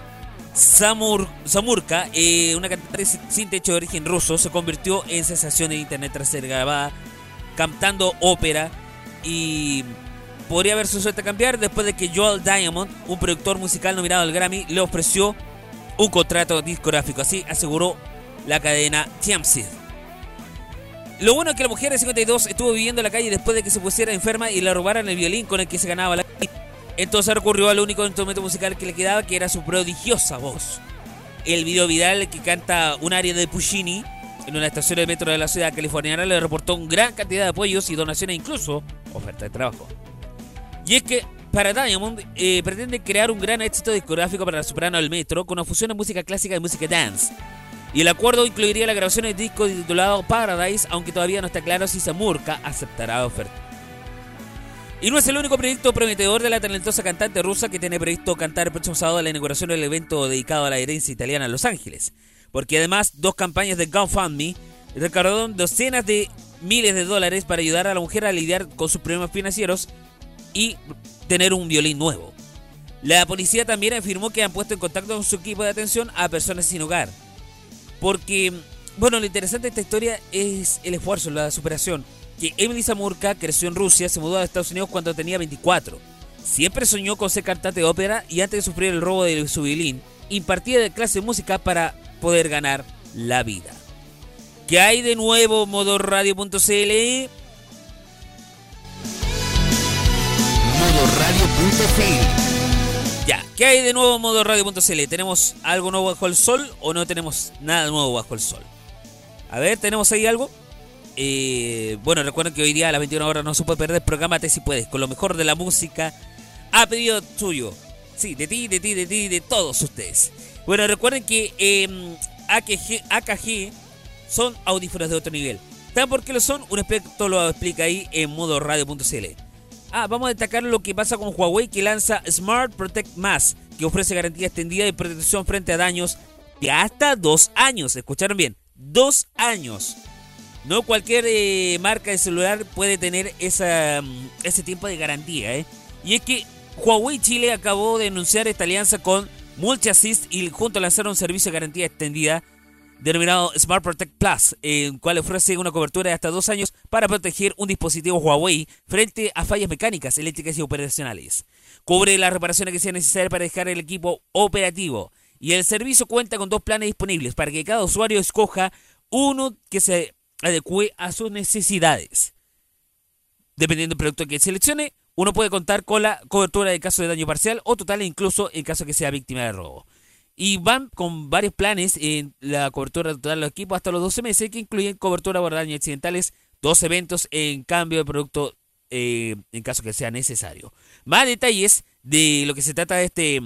Samurka, una cantante sin techo de origen ruso, se convirtió en sensación en internet tras ser grabada cantando ópera. Y podría ver su suerte cambiar después de que Joel Diamond, un productor musical nominado al Grammy, le ofreció un contrato discográfico. Así aseguró la cadena TMZ. Lo bueno es que la mujer de 52 estuvo viviendo en la calle después de que se pusiera enferma y le robaran el violín con el que se ganaba la vida. Entonces recurrió al único instrumento musical que le quedaba, que era su prodigiosa voz. El video viral que canta un aria de Puccini en una estación de metro de la ciudad californiana le reportó una gran cantidad de apoyos y donaciones, incluso oferta de trabajo. Y es que para Diamond pretende crear un gran éxito discográfico para la soprano del metro con una fusión de música clásica y música dance. Y el acuerdo incluiría la grabación del disco titulado Paradise, aunque todavía no está claro si Samurka aceptará la oferta. Y no es el único proyecto prometedor de la talentosa cantante rusa, que tiene previsto cantar el próximo sábado a la inauguración del evento dedicado a la herencia italiana en Los Ángeles. Porque además 2 campañas de GoFundMe recaudaron docenas de miles de dólares para ayudar a la mujer a lidiar con sus problemas financieros y tener un violín nuevo. La policía también afirmó que han puesto en contacto con su equipo de atención a personas sin hogar. Porque, bueno, lo interesante de esta historia es el esfuerzo, la superación. Que Emily Samurka creció en Rusia, se mudó a Estados Unidos cuando tenía 24. Siempre soñó con ser cantante de ópera y antes de sufrir el robo de su violín, impartía de clase de música para poder ganar la vida. ¿Qué hay de nuevo, modoradio.cl? Modoradio.cl. Ya, ¿qué hay de nuevo, modoradio.cl? ¿Tenemos algo nuevo bajo el sol o no tenemos nada nuevo bajo el sol? A ver, ¿tenemos ahí algo? Bueno, recuerden que hoy día a las 21 horas no se puede perder. Prográmate si puedes, con lo mejor de la música a pedido tuyo. Sí, de ti, de todos ustedes. Bueno, recuerden que AKG son audífonos de otro nivel. ¿Saben por qué lo son? Un experto lo explica ahí en modoradio.cl. Vamos a destacar lo que pasa con Huawei, que lanza Smart Protect Más, que ofrece garantía extendida y protección frente a daños de hasta 2 años. ¿Escucharon bien? 2 años. No cualquier marca de celular puede tener ese tiempo de garantía, Y es que Huawei Chile acabó de anunciar esta alianza con Multiassist y juntos lanzaron un servicio de garantía extendida denominado Smart Protect Plus, el cual ofrece una cobertura de hasta 2 años para proteger un dispositivo Huawei frente a fallas mecánicas, eléctricas y operacionales. Cubre las reparaciones que sean necesarias para dejar el equipo operativo. Y el servicio cuenta con 2 planes disponibles para que cada usuario escoja uno que se adecue a sus necesidades. Dependiendo del producto que seleccione, uno puede contar con la cobertura de caso de daño parcial o total, incluso en caso que sea víctima de robo. Y van con varios planes en la cobertura total de los equipos hasta los 12 meses, que incluyen cobertura por daños accidentales, 2 eventos en cambio de producto en caso que sea necesario. Más detalles de lo que se trata de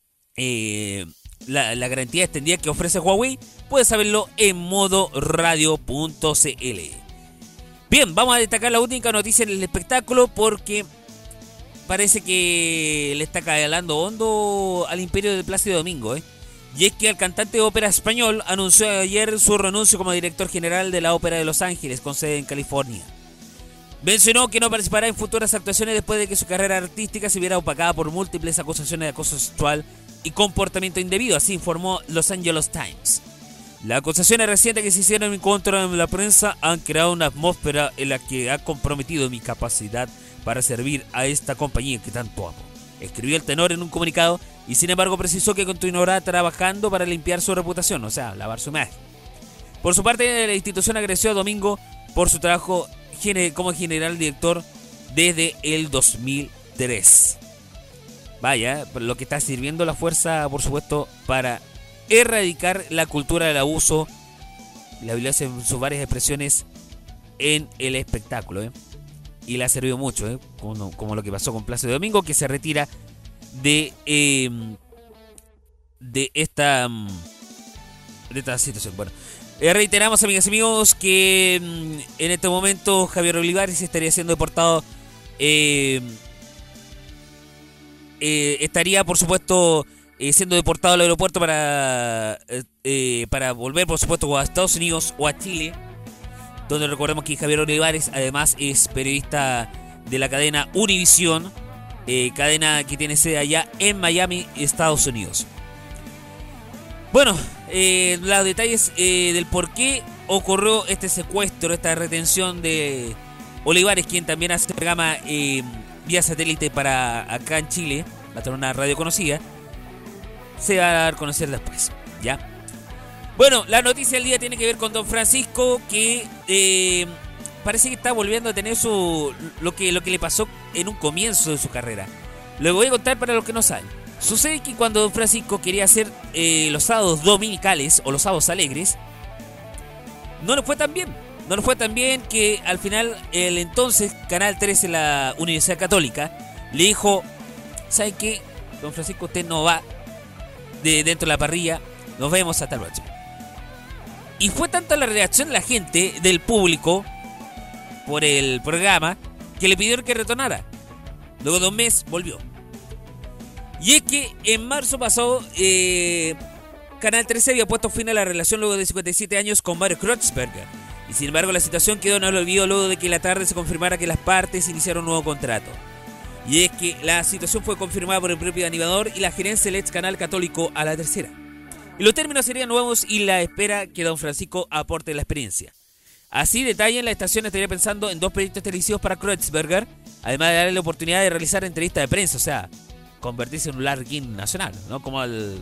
la garantía extendida que ofrece Huawei, puedes saberlo en modoradio.cl. Bien, vamos a destacar la única noticia del espectáculo porque parece que le está calando hondo al imperio de Plácido Domingo, Y es que el cantante de ópera español anunció ayer su renuncio como director general de la Ópera de Los Ángeles, con sede en California. Mencionó que no participará en futuras actuaciones después de que su carrera artística se viera opacada por múltiples acusaciones de acoso sexual y comportamiento indebido, así informó Los Angeles Times. Las acusaciones recientes que se hicieron en contra de la prensa han creado una atmósfera en la que ha comprometido mi capacidad para servir a esta compañía que tanto amo, escribió el tenor en un comunicado, y sin embargo precisó que continuará trabajando para limpiar su reputación, o sea, lavar su imagen. Por su parte, la institución agradeció a Domingo por su trabajo como general director desde el 2003. Vaya, lo que está sirviendo la fuerza, por supuesto, para erradicar la cultura del abuso y la violencia en sus varias expresiones en el espectáculo, Y le ha servido mucho, como lo que pasó con Plácido Domingo, que se retira de esta situación. Bueno, reiteramos, amigas y amigos, que en este momento Javier Olivares estaría siendo deportado. Estaría, por supuesto, siendo deportado al aeropuerto para volver, por supuesto, a Estados Unidos o a Chile, donde recordemos que Javier Olivares además es periodista de la cadena Univisión, cadena que tiene sede allá en Miami, Estados Unidos. Bueno, los detalles del por qué ocurrió este secuestro, esta retención de Olivares, quien también hace programa vía satélite para acá en Chile, va a tener una radio conocida, se va a dar a conocer después, ¿ya? Bueno, la noticia del día tiene que ver con Don Francisco, que parece que está volviendo a tener lo que le pasó en un comienzo de su carrera. Lo voy a contar para los que no saben. Sucede que cuando Don Francisco quería hacer los sábados dominicales o los sábados alegres, no le fue tan bien. No le fue tan bien que al final el entonces Canal 13, la Universidad Católica, le dijo: ¿sabe qué? Don Francisco, usted no va dentro de la parrilla, nos vemos hasta el próximo. Y fue tanta la reacción de la gente, del público, por el programa, que le pidieron que retornara. Luego de un mes volvió. Y es que en marzo pasado, Canal 13 había puesto fin a la relación luego de 57 años con Mario Kreutzberger. Y sin embargo la situación quedó en el olvido luego de que la tarde se confirmara que las partes iniciaron un nuevo contrato. Y es que la situación fue confirmada por el propio animador y la gerencia del ex canal católico a la tercera. Y los términos serían nuevos y la espera que Don Francisco aporte la experiencia. Así detallan, la estación estaría pensando en 2 proyectos televisivos para Kreutzberger, además de darle la oportunidad de realizar entrevistas de prensa, o sea, convertirse en un larguín nacional, ¿no? Como el...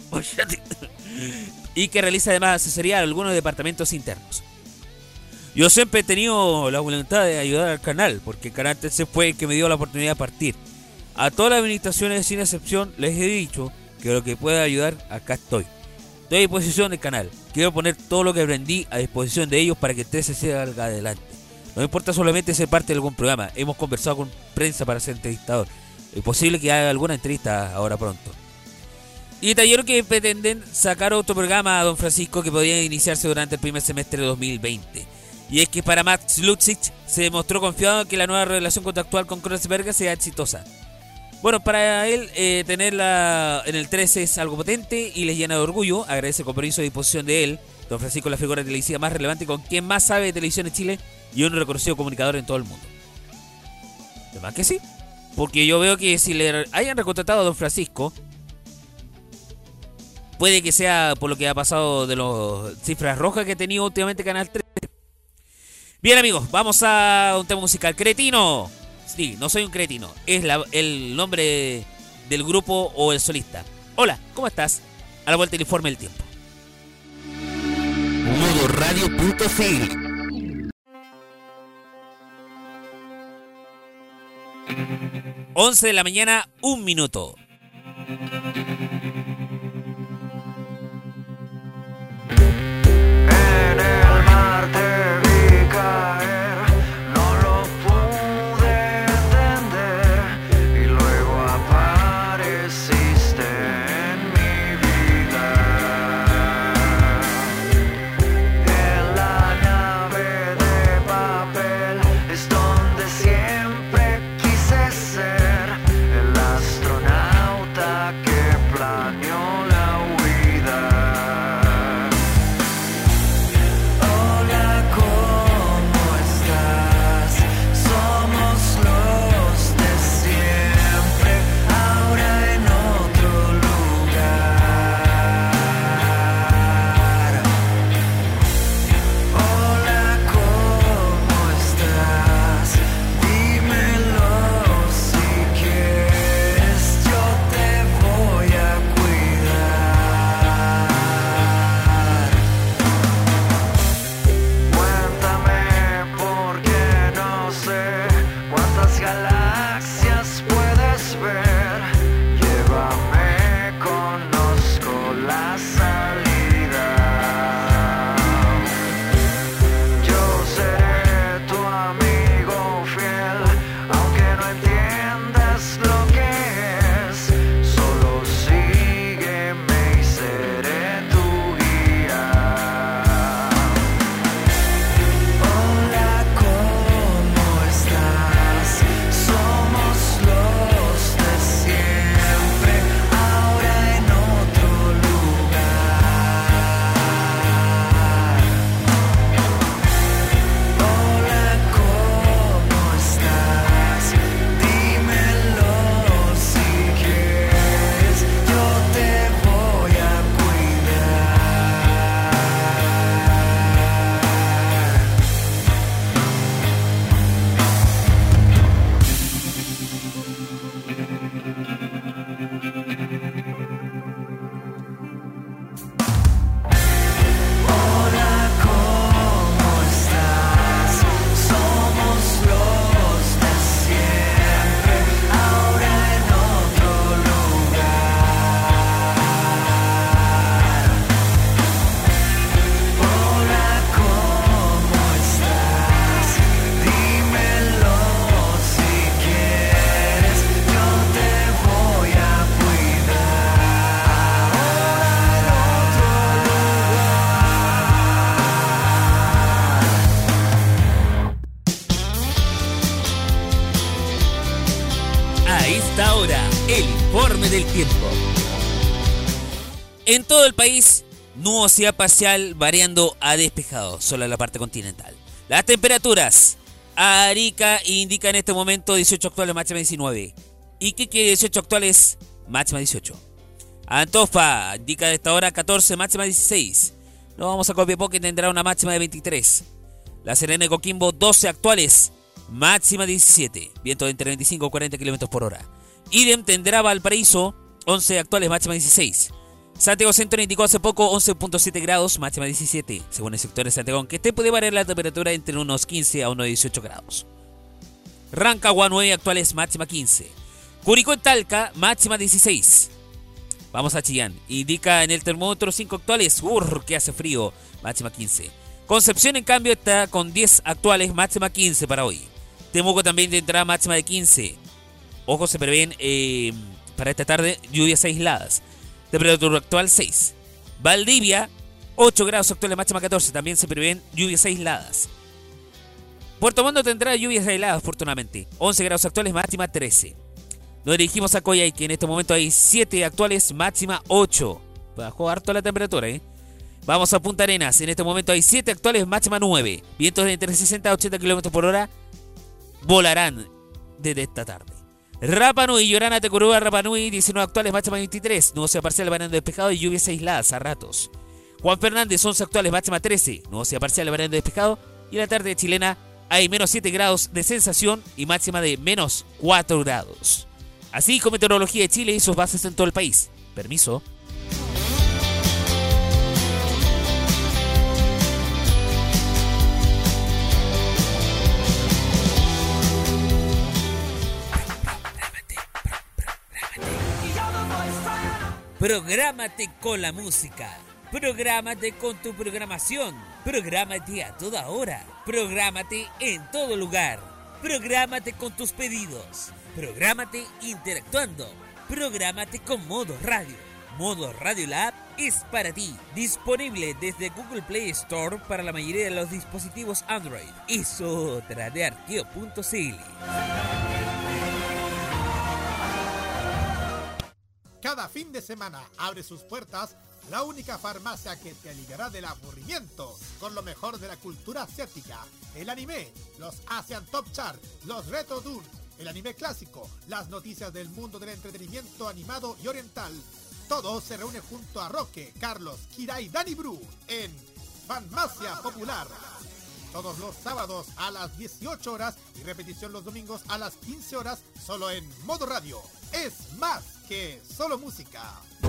y que realiza además asesoría a algunos departamentos internos. Yo siempre he tenido la voluntad de ayudar al canal, porque el canal 13 fue el que me dio la oportunidad de partir. A todas las administraciones, sin excepción, les he dicho que lo que pueda ayudar, acá estoy. Estoy a disposición del canal. Quiero poner todo lo que aprendí a disposición de ellos para que el 13 salga adelante. No me importa solamente ser parte de algún programa. Hemos conversado con prensa para ser entrevistador. Es posible que haga alguna entrevista ahora pronto. Y detallaron que pretenden sacar otro programa a Don Francisco que podría iniciarse durante el primer semestre de 2020. Y es que para Max Lutzig se demostró confiado en que la nueva relación contractual con Kreutzberger sea exitosa. Bueno, para él tenerla en el 13 es algo potente y les llena de orgullo. Agradece el compromiso y disposición de él. Don Francisco es la figura televisiva más relevante, con quien más sabe de televisión en Chile y un reconocido comunicador en todo el mundo. Además que sí, porque yo veo que si le hayan recontratado a Don Francisco, puede que sea por lo que ha pasado de las cifras rojas que ha tenido últimamente Canal 3. Bien, amigos, vamos a un tema musical. Cretino. Sí, no soy un cretino. Es el nombre del grupo o el solista. Hola, ¿cómo estás? A la vuelta el informe del tiempo. Modoradio.cl 11 de la mañana, 1 minuto. En el mar te vi caer, no lo pude entender y luego apareciste en mi vida. En la nave de papel es donde siempre quise ser, el astronauta que planeó la huida. Hola, ¿cómo estás? Somos los de siempre, ahora en otro lugar. Hola, ¿cómo estás? Dímelo si quieres, yo te voy a cuidar. Cuéntame porque no sé cuántas galaxias puedes ver. Llévame, conozco la salida. Yo seré tu amigo fiel, aunque no entiendas lo que es. Solo sígueme y seré tu guía. Hola, ¿cómo estás? Somos los de siempre, ahora en otro lugar. Hola, ¿cómo estás? Dímelo si quieres, yo te voy a cuidar. Hola, ¿cómo estás? Somos los de siempre, ahora en otro lugar. Hola, ¿cómo estás? Dímelo si quieres, yo te voy a cuidar. A esta hora, el informe del tiempo. En todo el país, nubosidad parcial variando a despejado, solo en la parte continental. Las temperaturas. Arica indica en este momento 18 actuales, máxima 19. Iquique 18 actuales, máxima 18. Antofa indica de esta hora 14, máxima 16. Nos vamos a Copiapó, que tendrá una máxima de 23. La Serena y Coquimbo 12 actuales, máxima 17. Viento de entre 25 y 40 km por hora. Idem tendrá Valparaíso 11 actuales, máxima 16. Santiago Centro indicó hace poco 11.7 grados, máxima 17. Según el sector de Santiago, que te puede variar la temperatura entre unos 15 a unos 18 grados. Rancagua 9 actuales, máxima 15. Curicó en Talca, máxima 16. Vamos a Chillán. Indica en el termómetro 5 actuales. Que hace frío. Máxima 15. Concepción, en cambio, está con 10 actuales. Máxima 15 para hoy. Temuco también tendrá máxima de 15. Ojo, se prevén para esta tarde lluvias aisladas. Temperatura actual 6. Valdivia, 8 grados actuales, máxima 14. También se prevén lluvias aisladas. Puerto Montt tendrá lluvias aisladas, afortunadamente. 11 grados actuales, máxima 13. Nos dirigimos a Coyhaique. En este momento hay 7 actuales, máxima 8. Bajó harto la temperatura, Vamos a Punta Arenas. En este momento hay 7 actuales, máxima 9. Vientos de entre 60 a 80 km por hora volarán desde esta tarde. Rapa Nui, Llorana, Tecurúa, Rapa Nui, 19 actuales, máxima 23. Nubosidad parcial, variando despejado y lluvias aisladas a ratos. Juan Fernández, 11 actuales, máxima 13. Nubosidad parcial, variando despejado. Y en la tarde chilena hay menos 7 grados de sensación y máxima de menos 4 grados. Así con Meteorología de Chile y sus bases en todo el país. Permiso. Prográmate con la música. Prográmate con tu programación. Prográmate a toda hora. Prográmate en todo lugar. Prográmate con tus pedidos. Prográmate interactuando. Prográmate con Modo Radio. Modo Radio Lab es para ti. Disponible desde Google Play Store para la mayoría de los dispositivos Android. Es otra de Arqueo.cl. Cada fin de semana abre sus puertas la única farmacia que te aliviará del aburrimiento con lo mejor de la cultura asiática, el anime, los Asian Top Chart, los Retro Tours, el anime clásico, las noticias del mundo del entretenimiento animado y oriental. Todo se reúne junto a Roque, Carlos, Kira y Dani Bru en Farmacia Popular. Todos los sábados a las 18 horas y repetición los domingos a las 15 horas solo en Modo Radio. Es más que solo música.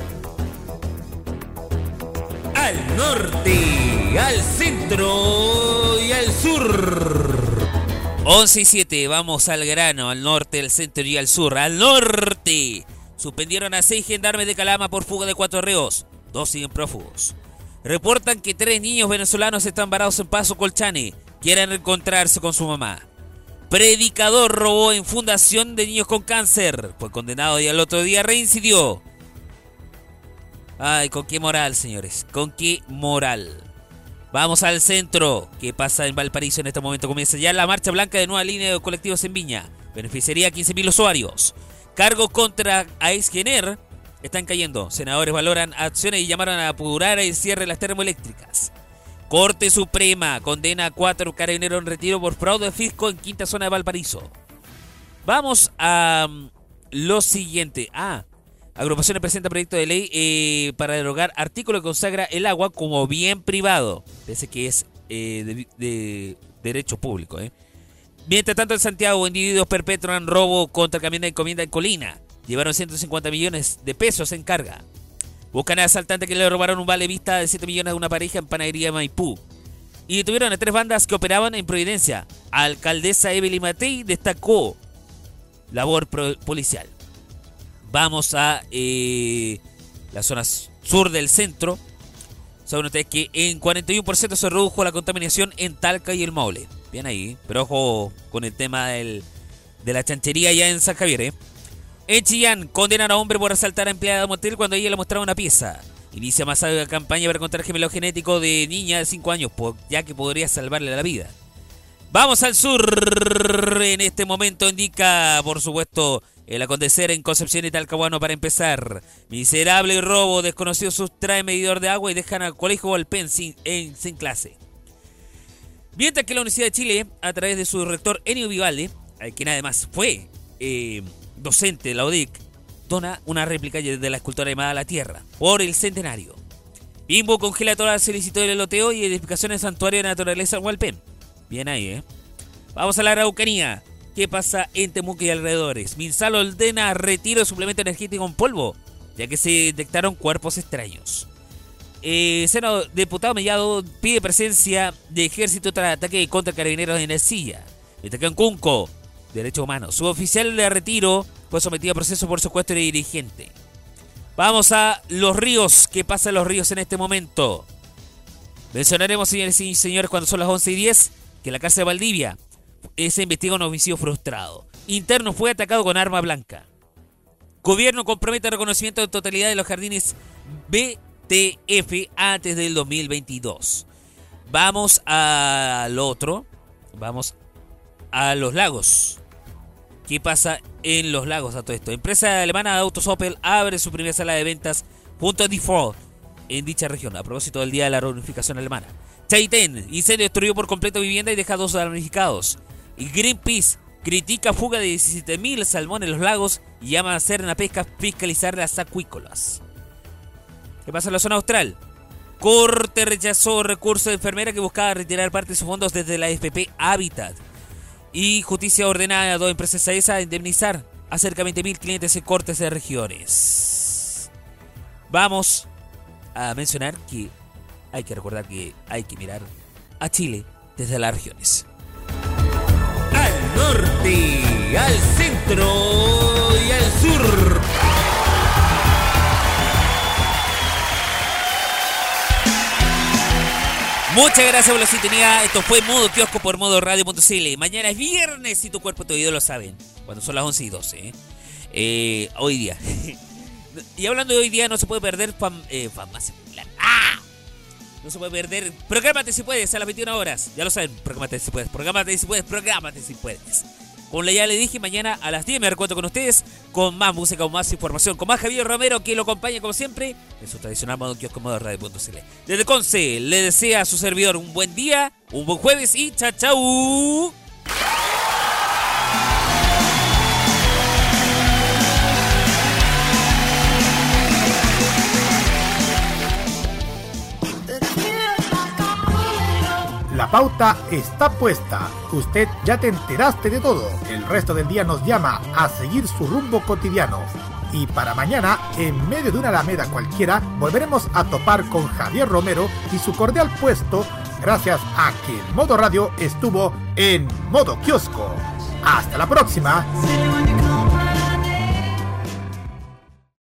Al norte, al centro y al sur. 11 y 7, vamos al grano, al norte, al centro y al sur. Al norte, suspendieron a 6 gendarmes de Calama por fuga de 4 reos. 2 siguen prófugos. Reportan que 3 niños venezolanos están varados en Paso Colchane. Quieren encontrarse con su mamá. Predicador robó en fundación de niños con cáncer. Fue condenado y al otro día reincidió. Ay, ¿con qué moral, señores? ¿Con qué moral? Vamos al centro. ¿Qué pasa en Valparaíso en este momento? Comienza ya la marcha blanca de nueva línea de colectivos en Viña. Beneficiaría a 15.000 usuarios. Cargos contra Aisgener están cayendo. Senadores valoran acciones y llamaron a apurar el cierre de las termoeléctricas. Corte Suprema condena a 4 carabineros en retiro por fraude de fisco en quinta zona de Valparaíso. Vamos a lo siguiente. Agrupaciones presenta proyecto de ley para derogar artículo que consagra el agua como bien privado. Parece que es de derecho público. Mientras tanto, en Santiago, individuos perpetran robo contra camión de encomienda en Colina. Llevaron 150 millones de pesos en carga. Buscan a asaltantes que le robaron un vale vista de 7 millones a una pareja en Panadería de Maipú. Y detuvieron a 3 bandas que operaban en Providencia. Alcaldesa Evelyn Matei destacó labor policial. Vamos a la zona sur del centro. Saben ustedes que en 41% se redujo la contaminación en Talca y el Maule. Bien ahí, pero ojo con el tema de la chanchería ya en San Javier. En Chillán, condenan a hombre por asaltar a empleada de motel cuando ella le mostraba una pieza. Inicia más campaña para encontrar gemelo genético de niña de 5 años, ya que podría salvarle la vida. Vamos al sur. En este momento indica, por supuesto, el acontecer en Concepción y Talcahuano para empezar. Miserable robo, desconocido sustrae medidor de agua y dejan al colegio Valpen sin clase. Mientras que la Universidad de Chile, a través de su rector Enio Vivaldi, quien además fue docente de la UDIC, dona una réplica de la escultura llamada La Tierra por el centenario. Bimbo congela toda la solicitud del loteo y edificación en Santuario de Naturaleza Hualpén. Bien ahí, Vamos a la Araucanía. ¿Qué pasa en Temuco y alrededores? Minsal ordena retiro de suplemento energético en polvo, ya que se detectaron cuerpos extraños. Senado diputado Mellado pide presencia de ejército tras ataque contra carabineros en Ercilla. Mientras que en Cunco, derechos humanos, su oficial de retiro fue sometido a proceso por secuestro de dirigente. Vamos a Los Ríos. ¿Qué pasa en Los Ríos en este momento? Mencionaremos, señores y señores, cuando son las 11:10, que en la cárcel de Valdivia se investiga un homicidio frustrado. Interno fue atacado con arma blanca. Gobierno compromete el reconocimiento de totalidad de los jardines BTF antes del 2022. Vamos al otro. Vamos a los lagos. ¿Qué pasa en los lagos a todo esto? Empresa alemana de autos Opel abre su primera sala de ventas junto a Default en dicha región, a propósito del Día de la Reunificación Alemana. Chaitén, incendio destruyó por completo vivienda y deja 2 damnificados. Y Greenpeace critica fuga de 17.000 salmones en los lagos y llama a hacer una pesca fiscalizar las acuícolas. ¿Qué pasa en la zona austral? Corte rechazó recurso de enfermera que buscaba retirar parte de sus fondos desde la FP Hábitat. Y justicia ordena a 2 empresas AESA a indemnizar a cerca de 20.000 clientes en cortes de regiones. Vamos a mencionar que hay que recordar que hay que mirar a Chile desde las regiones. Al norte, al centro y al sur. Muchas gracias por la sintonía. Esto fue Modo Kiosco por Modo Radio.cl. Mañana es viernes y tu cuerpo y tu oído lo saben. Cuando son las 11:12. Hoy día. Y hablando de hoy día, no se puede perder Farmacia Popular. No se puede perder Prográmate si puedes a las 21 horas. Ya lo saben, prográmate si puedes, prográmate si puedes, prográmate si puedes. Como ya le dije, mañana a las 10 me recuerdo con ustedes, con más música, con más información, con más Javier Romero, que lo acompaña como siempre en su tradicional Modo Kiosco Modo Radio.cl. Desde Conce, le desea a su servidor un buen día, un buen jueves y chao, chao. La pauta está puesta. Usted ya te enteraste de todo. El resto del día nos llama a seguir su rumbo cotidiano. Y para mañana, en medio de una alameda cualquiera, volveremos a topar con Javier Romero y su cordial puesto, gracias a que el Modo Radio estuvo en Modo Kiosco. ¡Hasta la próxima!